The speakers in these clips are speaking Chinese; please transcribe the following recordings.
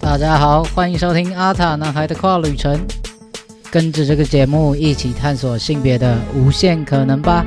大家好，欢迎收听阿塔男孩的跨旅程，跟着这个节目一起探索性别的无限可能吧。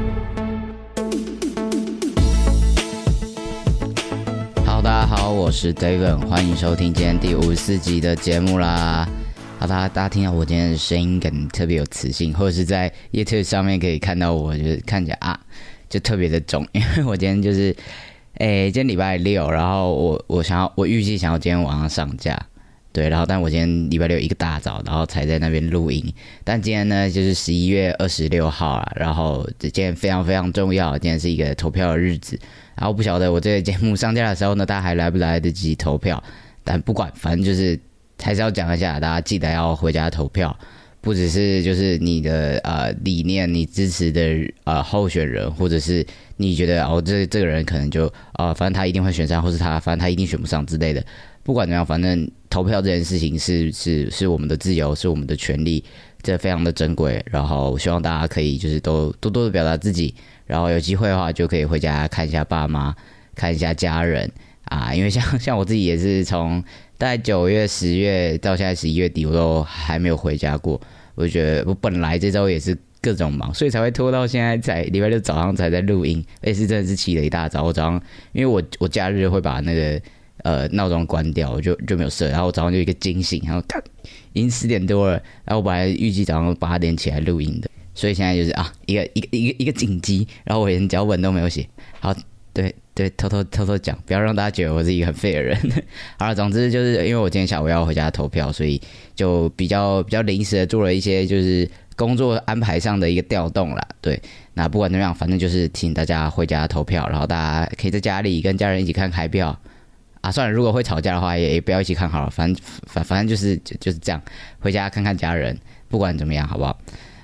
Hello， 大家好，我是 David， 欢迎收听今天第54集的节目啦。好，大家听到我今天的声音，感觉特别有磁性，或者是在 YouTube 上面可以看到我，就是看起来就特别的肿，因为我今天就是。今天礼拜六，然后我预计想要今天晚上上架，对，然后但我今天礼拜六一个大早，然后才在那边录音。但今天呢，就是11月26号啦，然后今天非常非常重要，今天是一个投票的日子。然后不晓得我这个节目上架的时候呢，大家还来不来得及投票？但不管，反正就是还是要讲一下，大家记得要回家投票。不只是就是你的理念，你支持的候选人，或者是你觉得这个人可能就反正他一定会选上，或是反正他一定选不上之类的。不管怎么样，反正投票这件事情是我们的自由，是我们的权利，这非常的珍贵。然后希望大家可以就是都多多的表达自己，然后有机会的话就可以回家看一下爸妈，看一下家人啊。因为像我自己也是从大概9月、10月到现在11月底，我都还没有回家过。我觉得我本来这周也是各种忙，所以才会拖到现在，才礼拜六早上才在录音，而且是真的是起了一大早。我早上因为我假日会把那个闹钟关掉，我就没有设，然后我早上就一个惊醒，然后看已经10点多了，然后我本来预计早上8点起来录音的，所以现在就是一个紧急，然后我连脚本都没有写，好。对，偷偷讲，不要让大家觉得我是一个很废的人。好了，总之就是因为我今天下午要回家投票，所以就比较临时的做了一些就是工作安排上的一个调动啦。对，那不管怎么样，反正就是提醒大家回家投票，然后大家可以在家里跟家人一起看开票啊。算了，如果会吵架的话，也不要一起看好了，反正就是这样，回家看看家人，不管怎么样，好不好？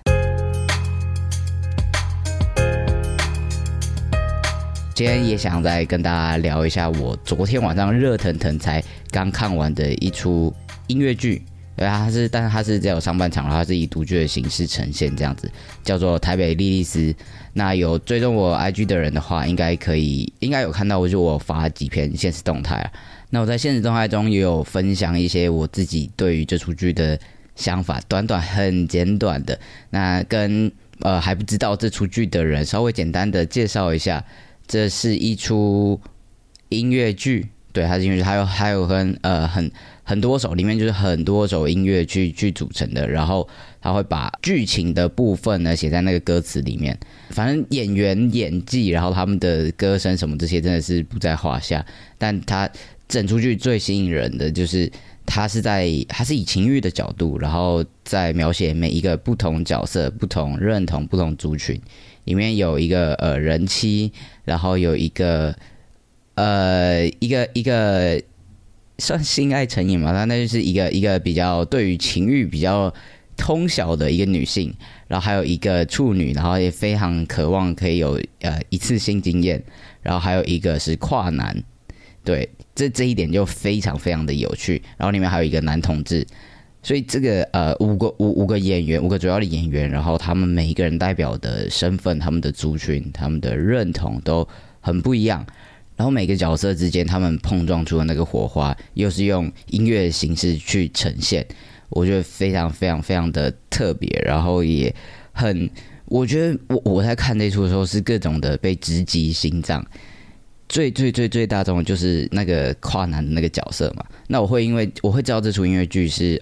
今天也想再跟大家聊一下我昨天晚上热腾腾才刚看完的一出音乐剧，但是它是只有上半场，然后它是以读剧的形式呈现，这样子叫做《台北莉莉丝》。那有追踪我 IG 的人的话，应该有看到，就我发几篇限时动态啊。那我在限时动态中也有分享一些我自己对于这出剧的想法，很简短的。那跟还不知道这出剧的人稍微简单的介绍一下。这是一出音乐剧，对，它是音乐剧，还有很多首，里面就是很多首音乐去组成的，然后他会把剧情的部分呢写在那个歌词里面。反正演员演技，然后他们的歌声什么这些真的是不在话下。但他整出剧最吸引人的就是他是以情欲的角度，然后在描写每一个不同角色、不同认同、不同族群。里面有一个人妻，然后有一个一个算性爱成瘾嘛，那就是一个比较对于情欲比较通晓的一个女性，然后还有一个处女，然后也非常渴望可以有一次性经验，然后还有一个是跨男，对，这一点就非常非常的有趣，然后里面还有一个男同志。所以这个五个演员，5个主要的演员，然后他们每一个人代表的身份、他们的族群、他们的认同都很不一样。然后每个角色之间，他们碰撞出的那个火花，又是用音乐的形式去呈现，我觉得非常非常非常的特别。然后也我觉得我在看这出的时候是各种的被直击心脏。最大众的就是那个跨男的那个角色嘛。那我会知道这出音乐剧是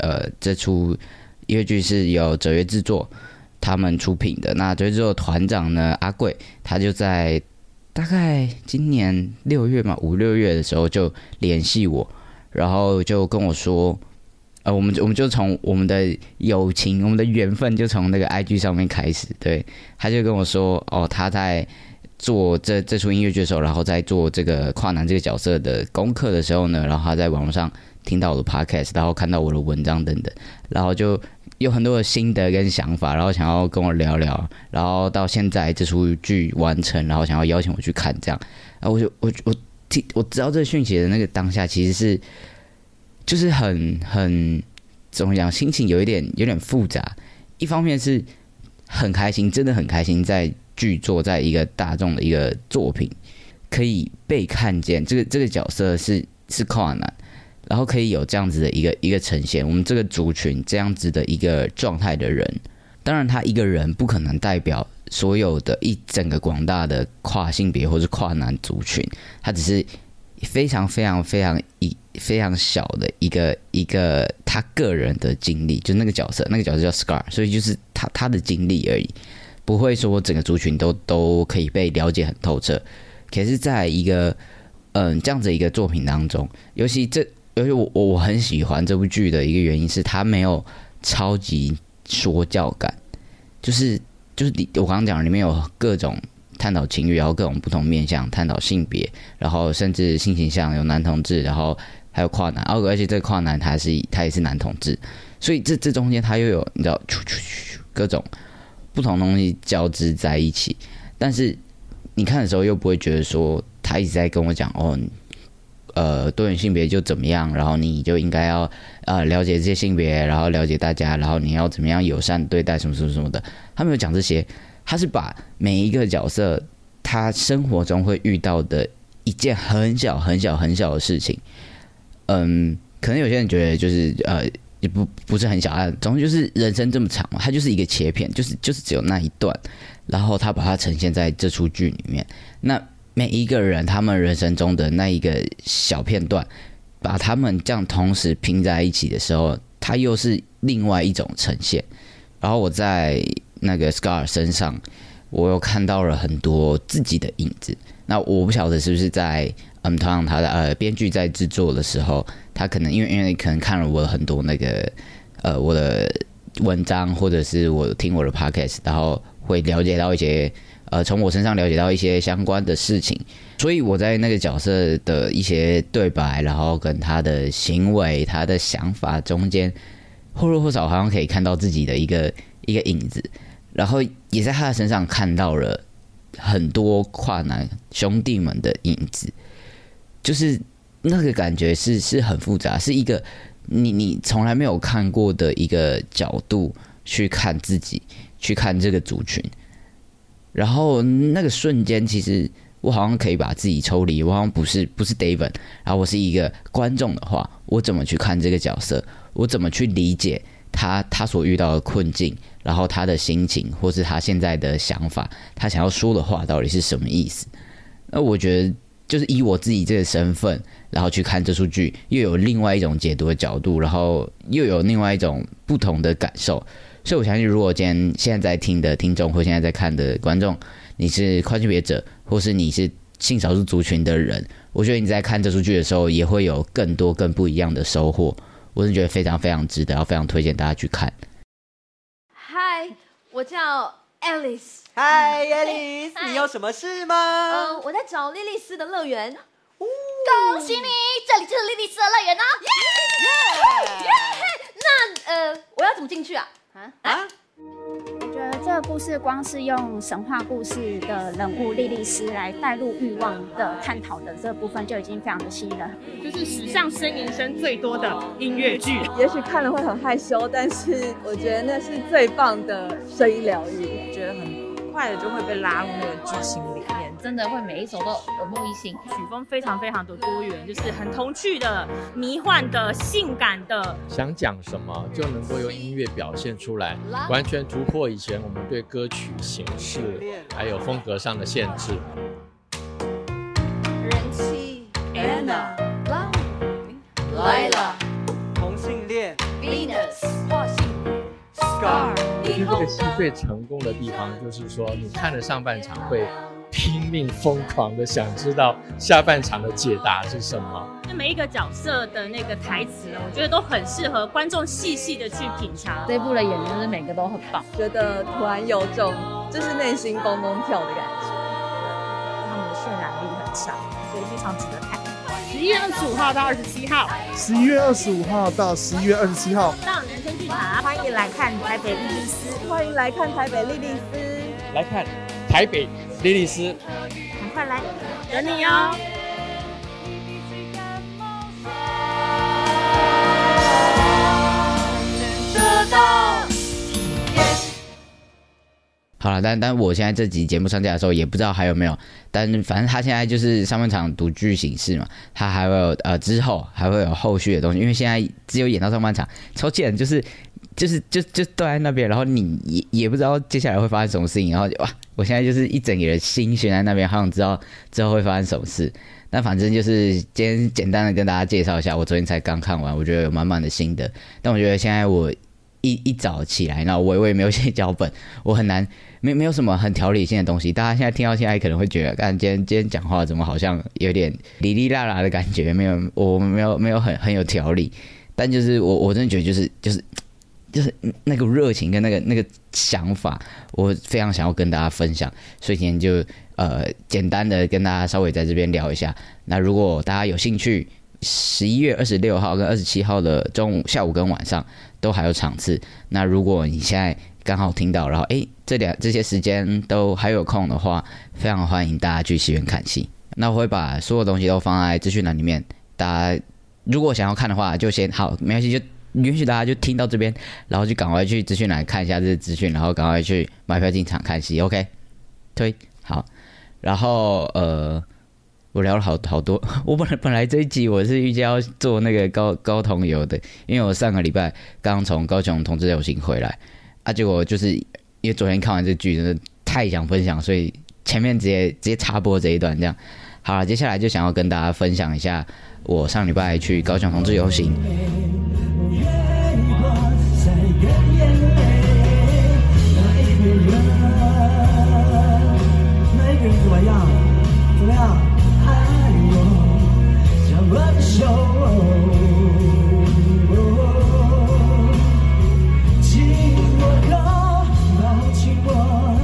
由哲乐制作他们出品的。那哲乐制作团长呢阿贵，他就在大概今年5、6月的时候就联系我，然后就跟我说，我们就从我们的友情、我们的缘分就从那个 IG 上面开始。对，他就跟我说，他在做这出音乐剧的时候，然后在做这个跨男这个角色的功课的时候呢，然后他在网络上听到我的 podcast， 然后看到我的文章等等，然后就有很多的心得跟想法，然后想要跟我聊聊，然后到现在这出剧完成，然后想要邀请我去看这样。然后我知道这个讯息的那个当下，其实就是很怎么讲，心情有点复杂。一方面是很开心，真的很开心，在剧作在一个大众的一个作品可以被看见，这个角色是跨男， 然后可以有这样子的一个呈现，我们这个族群这样子的一个状态的人，当然他一个人不可能代表所有的一整个广大的跨性别或是跨男族群，他只是非常小的一个他个人的经历，就那个角色叫 Scar， 所以就是他的经历而已，不会说整个族群都可以被了解很透彻。可是在一个这样子一个作品当中，尤其我很喜欢这部剧的一个原因是它没有超级说教感，就是我刚刚讲里面有各种探讨情欲，然后各种不同面向，探讨性别，然后甚至性倾向，有男同志，然后还有跨男，而且这个跨男他也是男同志，所以这中间他又有你知道各种不同东西交织在一起，但是你看的时候又不会觉得说他一直在跟我讲多元性别就怎么样，然后你就应该要了解这些性别，然后了解大家，然后你要怎么样友善对待什么什么什么的，他没有讲这些，他是把每一个角色他生活中会遇到的一件很小的事情，可能有些人觉得就是也不是很小啊，总之就是人生这么长嘛，它就是一个切片，就是只有那一段，然后他把它呈现在这出剧里面，那每一个人他们人生中的那一个小片段，把他们这样同时拼在一起的时候，它又是另外一种呈现。然后我在那个 Scar 身上，我又看到了很多自己的影子。那我不晓得是不是在同样他的编剧在制作的时候，他可能因为可能看了我很多那个我的文章，或者是我听我的 podcast， 然后会了解到一些从我身上了解到一些相关的事情，所以我在那个角色的一些对白，然后跟他的行为、他的想法中间，或多或少好像可以看到自己的一个影子，然后也在他的身上看到了很多跨男兄弟们的影子，就是那个感觉是很复杂，是一个你从来没有看过的一个角度去看自己，去看这个族群。然后那个瞬间，其实我好像可以把自己抽离，我好像不是 David， 然后我是一个观众的话，我怎么去看这个角色？我怎么去理解他所遇到的困境，然后他的心情，或是他现在的想法，他想要说的话到底是什么意思？那我觉得就是以我自己这个身份，然后去看这出剧，又有另外一种解读的角度，然后又有另外一种不同的感受。所以我相信，如果现在在听的听众或现在在看的观众，你是跨性别者，或是你是性少数族群的人，我觉得你在看这出剧的时候，也会有更多更不一样的收获。我是觉得非常非常值得，非常推荐大家去看。 嗨，我叫 Alice。 嗨 ，Alice， 你有什么事吗？ 我在找莉莉丝的乐园。 恭喜你，这里就是莉莉丝的乐园哦！ 那我要怎么进去啊？ 我觉得这个故事光是用神话故事的人物莉莉丝来带入欲望的探讨的这部分就已经非常的吸引人， 就是史上声延声最多的音乐剧。 也许看了会很害羞，但是我觉得那是最棒的声音疗愈， 觉得很快的就会被拉入那个剧情里面， 真的会每一首都耳目一新。 曲风非常非常的多元，就是很童趣的、迷幻的、性感的， 想讲什么就能够用音乐表现出来，完全突破以前我们对歌曲形式还有风格上的限制。 人妻 Anna， Lila， 同性恋 Venus， 跨性别 Scar。 这个戏最成功的地方就是说，你看了上半场会拼命疯狂的想知道下半场的解答是什么。 每一个角色的那个台词呢，我觉得都很适合观众细细的去品尝。 这部的演员就是每个都很棒， 觉得突然有种就是内心蹦蹦跳的感觉。 他们的渲染力很强，所以非常值得看。 11月25号到27号 ，11月25号到11月27号， 到人生剧场， 欢迎来看台北莉莉丝， 欢迎来看台北莉莉丝， 来看台北莉莉丝， 赶快来， 等你哦。 好了，但我现在这集节目上架的时候也不知道还有没有，但反正他现在就是上半场独具形式嘛，他还会有之后还会有后续的东西，因为现在只有演到上半场，超气人，就都在那边，然后你也不知道接下来会发生什么事情，然后哇，我现在就是一整个人心悬在那边，好想知道之后会发生什么事。但反正就是今天简单的跟大家介绍一下，我昨天才刚看完，我觉得有满满的心得。但我觉得现在我一早起来，然后我也没有写脚本，我很难没有什么很条理性的东西。大家现在听到现在可能会觉得，干今天讲话怎么好像有点哩哩啦啦的感觉，我没有很有条理。但就是我真的觉得就是那个热情跟那个想法，我非常想要跟大家分享，所以今天就简单的跟大家稍微在这边聊一下。那如果大家有兴趣，11月26号跟27号的中午、下午跟晚上都还有场次。那如果你现在刚好听到，然后这些时间都还有空的话，非常欢迎大家去戏院看戏。那我会把所有东西都放在资讯栏里面，大家如果想要看的话，就先好，没关系，就允许大家就听到这边，然后就赶快去资讯栏看一下这些资讯，然后赶快去买票进场看戏。OK， 推好，然后我聊了好多。我本来这一集我是预计要做那个高同游的，因为我上个礼拜刚从高雄同志游行回来啊，结果就是因为昨天看完这剧真的太想分享，所以前面直接插播这一段这样。好了，接下来就想要跟大家分享一下我上礼拜去高雄同志游行。怎么样？爱我，像我的手，紧我靠，抱紧我，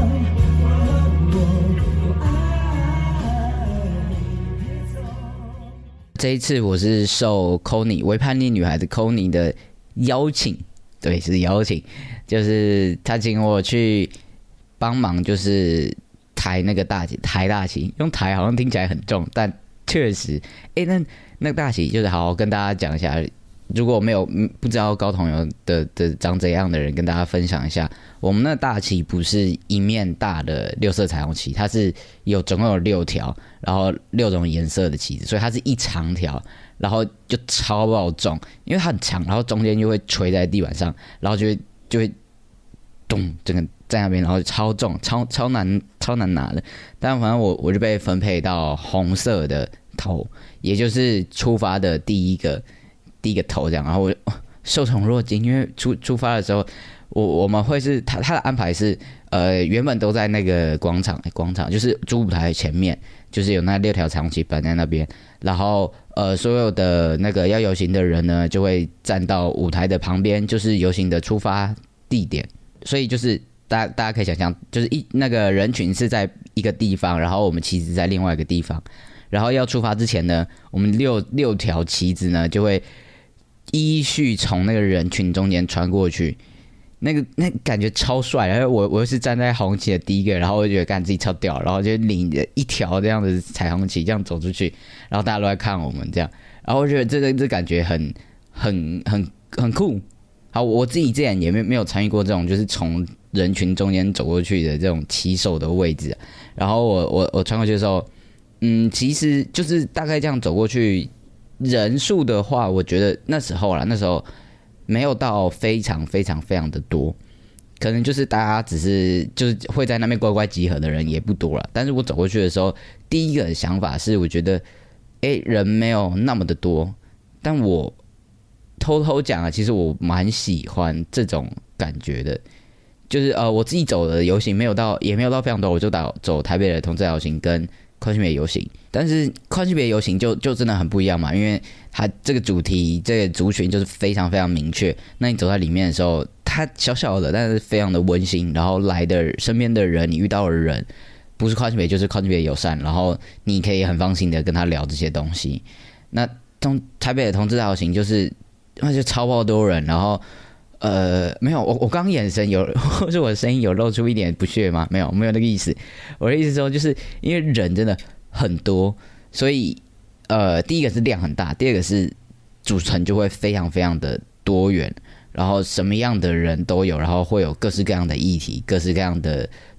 我爱别走。这一次我是受 Kony 为叛逆女孩的 Kony 的邀请，对，是邀请，就是他请我去帮忙，就是抬那个抬大旗，用抬好像听起来很重，但确实，那个大旗就是好好跟大家讲一下。如果不知道高同游的长怎样的人，跟大家分享一下，我们那大旗不是一面大的6色彩虹旗，它是总共有6条，然后6种颜色的旗子，所以它是一长条，然后就超爆重，因为它很长，然后中间就会垂在地板上，然后就会咚，整个在那边，然后超重，超难拿的。但反正我就被分配到红色的头，也就是出发的第一个头这样。然后我受宠若惊，因为出发的时候，我们会是他的安排是原本都在那个广场就是主舞台前面，就是有那6条彩虹旗摆在那边，然后所有的那个要游行的人呢，就会站到舞台的旁边，就是游行的出发地点。所以就是大家可以想象，就是那个人群是在一个地方，然后我们旗子在另外一个地方，然后要出发之前呢，我们六条旗子呢就会依序从那个人群中间穿过去，那感觉超帅。然后我又是站在红旗的第一个，然后我就觉得干自己超屌，然后就领着一条这样的彩虹旗这样走出去，然后大家都在看我们这样，然后我觉得这感觉很酷。好，我自己之前也没有参与过这种，就是从人群中间走过去的这种旗手的位置。然后我穿过去的时候，其实就是大概这样走过去，人数的话，我觉得那时候没有到非常非常非常的多，可能就是大家只是就是会在那边乖乖集合的人也不多了。但是我走过去的时候，第一个想法是，我觉得，人没有那么的多，但我偷偷讲啊，其实我蛮喜欢这种感觉的，就是我自己走的游行也没有到非常多，我就走台北的同志游行跟跨性别游行，但是跨性别游行就真的很不一样嘛，因为它这个主题这个族群就是非常非常明确，那你走在里面的时候，它小小的，但是非常的温馨，然后来的身边的人，你遇到的人不是跨性别就是跨性别友善，然后你可以很放心的跟他聊这些东西。那台北的同志大游行就是那就超爆多人，然后没有，我刚眼神有，或是我的声音有露出一点不屑吗？没有那个意思。我的意思说，就是因为人真的很多，所以第一个是量很大，第二个是组成就会非常非常的多元，然后什么样的人都有，然后会有各式各样的议题，各式各样的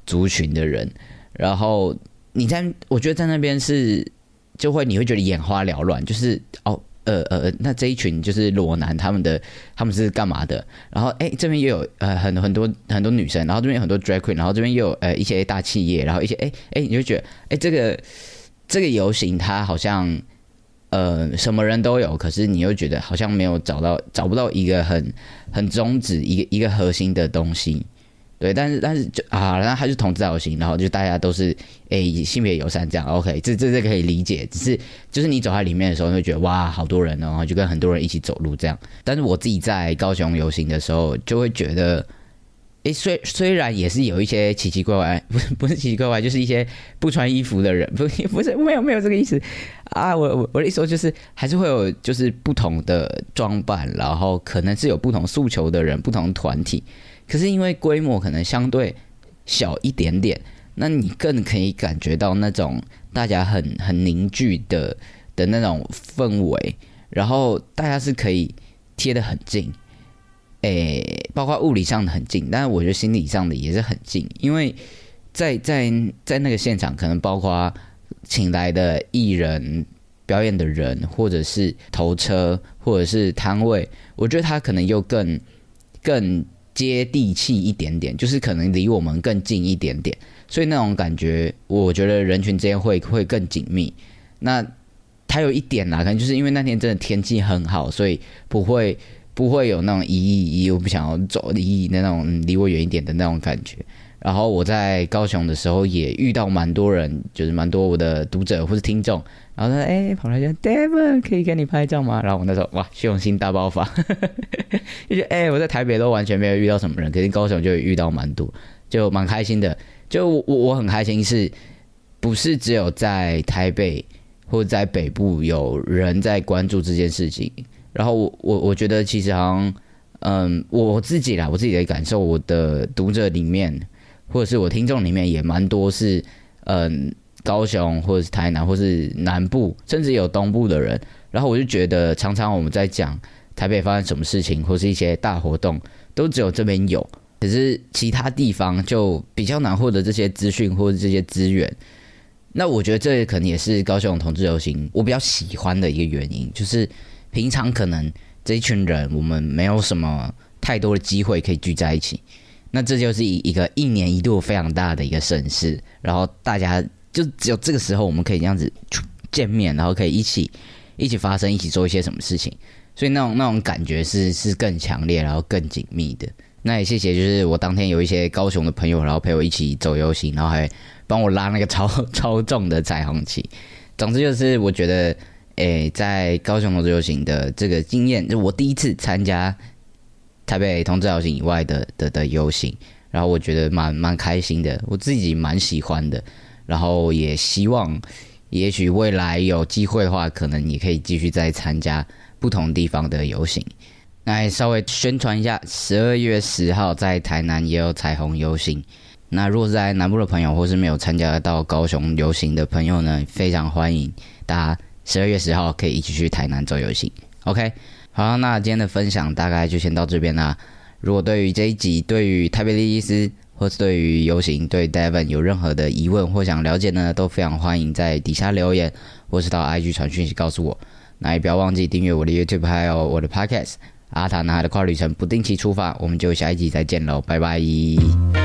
族群的人，然后我觉得在那边你会觉得眼花缭乱，就是那这一群就是裸男，他们是干嘛的？然后这边也有很多女生，然后这边有很多 drag queen， 然后这边也有一些大企业，然后一些你就觉得这个游行它好像什么人都有，可是你又觉得好像没有找不到一个很宗旨一个核心的东西。对，但是然后他就同志游行，然后就大家都是性别友善这样 ，OK， 这可以理解。只是就是你走在里面的时候，你会觉得哇，好多人哦，然后就跟很多人一起走路这样。但是我自己在高雄游行的时候，就会觉得，虽然也是有一些奇奇怪怪，不是奇奇怪怪，就是一些不穿衣服的人，不是没有这个意思啊。我的意思说就是还是会有就是不同的装扮，然后可能是有不同诉求的人，不同团体。可是因为规模可能相对小一点点，那你更可以感觉到那种大家很凝聚的那种氛围，然后大家是可以贴得很近，包括物理上的很近，但是我觉得心理上的也是很近，因为在那个现场，可能包括请来的艺人、表演的人，或者是头车，或者是摊位，我觉得他可能又更接地气一点点，就是可能离我们更近一点点，所以那种感觉，我觉得人群之间会更紧密。那它有一点啦，可能就是因为那天真的天气很好，所以不会有那种我不想要走那种离我远一点的那种感觉。然后我在高雄的时候也遇到蛮多人，就是蛮多我的读者或是听众，然后说跑来说 David 可以跟你拍照吗？然后我那时候哇，虚荣心大爆发，就觉得我在台北都完全没有遇到什么人，可是高雄就遇到蛮多，就蛮开心的。就我很开心，是不是只有在台北或者在北部有人在关注这件事情？然后我觉得其实好像我自己的感受，我的读者里面或者是我听众里面也蛮多是高雄或者是台南或是南部，甚至有东部的人。然后我就觉得常常我们在讲台北发生什么事情或是一些大活动，都只有这边有，可是其他地方就比较难获得这些资讯或者这些资源。那我觉得这可能也是高雄同志游行我比较喜欢的一个原因，就是平常可能这一群人我们没有什么太多的机会可以聚在一起，那这就是一个一年一度非常大的一个盛事，然后大家就只有这个时候我们可以这样子见面，然后可以一起发生，一起做一些什么事情，所以那种感觉是更强烈，然后更紧密的。那也谢谢，就是我当天有一些高雄的朋友，然后陪我一起走游行，然后还帮我拉那个超重的彩虹旗。总之就是我觉得，在高雄同志游行的这个经验，就我第一次参加台北同志游行以外的游行，然后我觉得蛮开心的，我自己蛮喜欢的，然后也希望，也许未来有机会的话，可能也可以继续再参加不同地方的游行。那稍微宣传一下，12月10号在台南也有彩虹游行。那如果是在南部的朋友，或是没有参加到高雄游行的朋友呢，非常欢迎大家12月10号可以一起去台南走游行。OK， 好，那今天的分享大概就先到这边啦。如果对于这一集，对于台北莉莉丝，或是对于游行，对 Devin 有任何的疑问或想了解呢，都非常欢迎在底下留言，或是到 IG 传讯息告诉我。那也不要忘记订阅我的 YouTube 还有我的 Podcast。阿塔男孩的跨旅程不定期出发，我们就下一集再见喽，拜拜。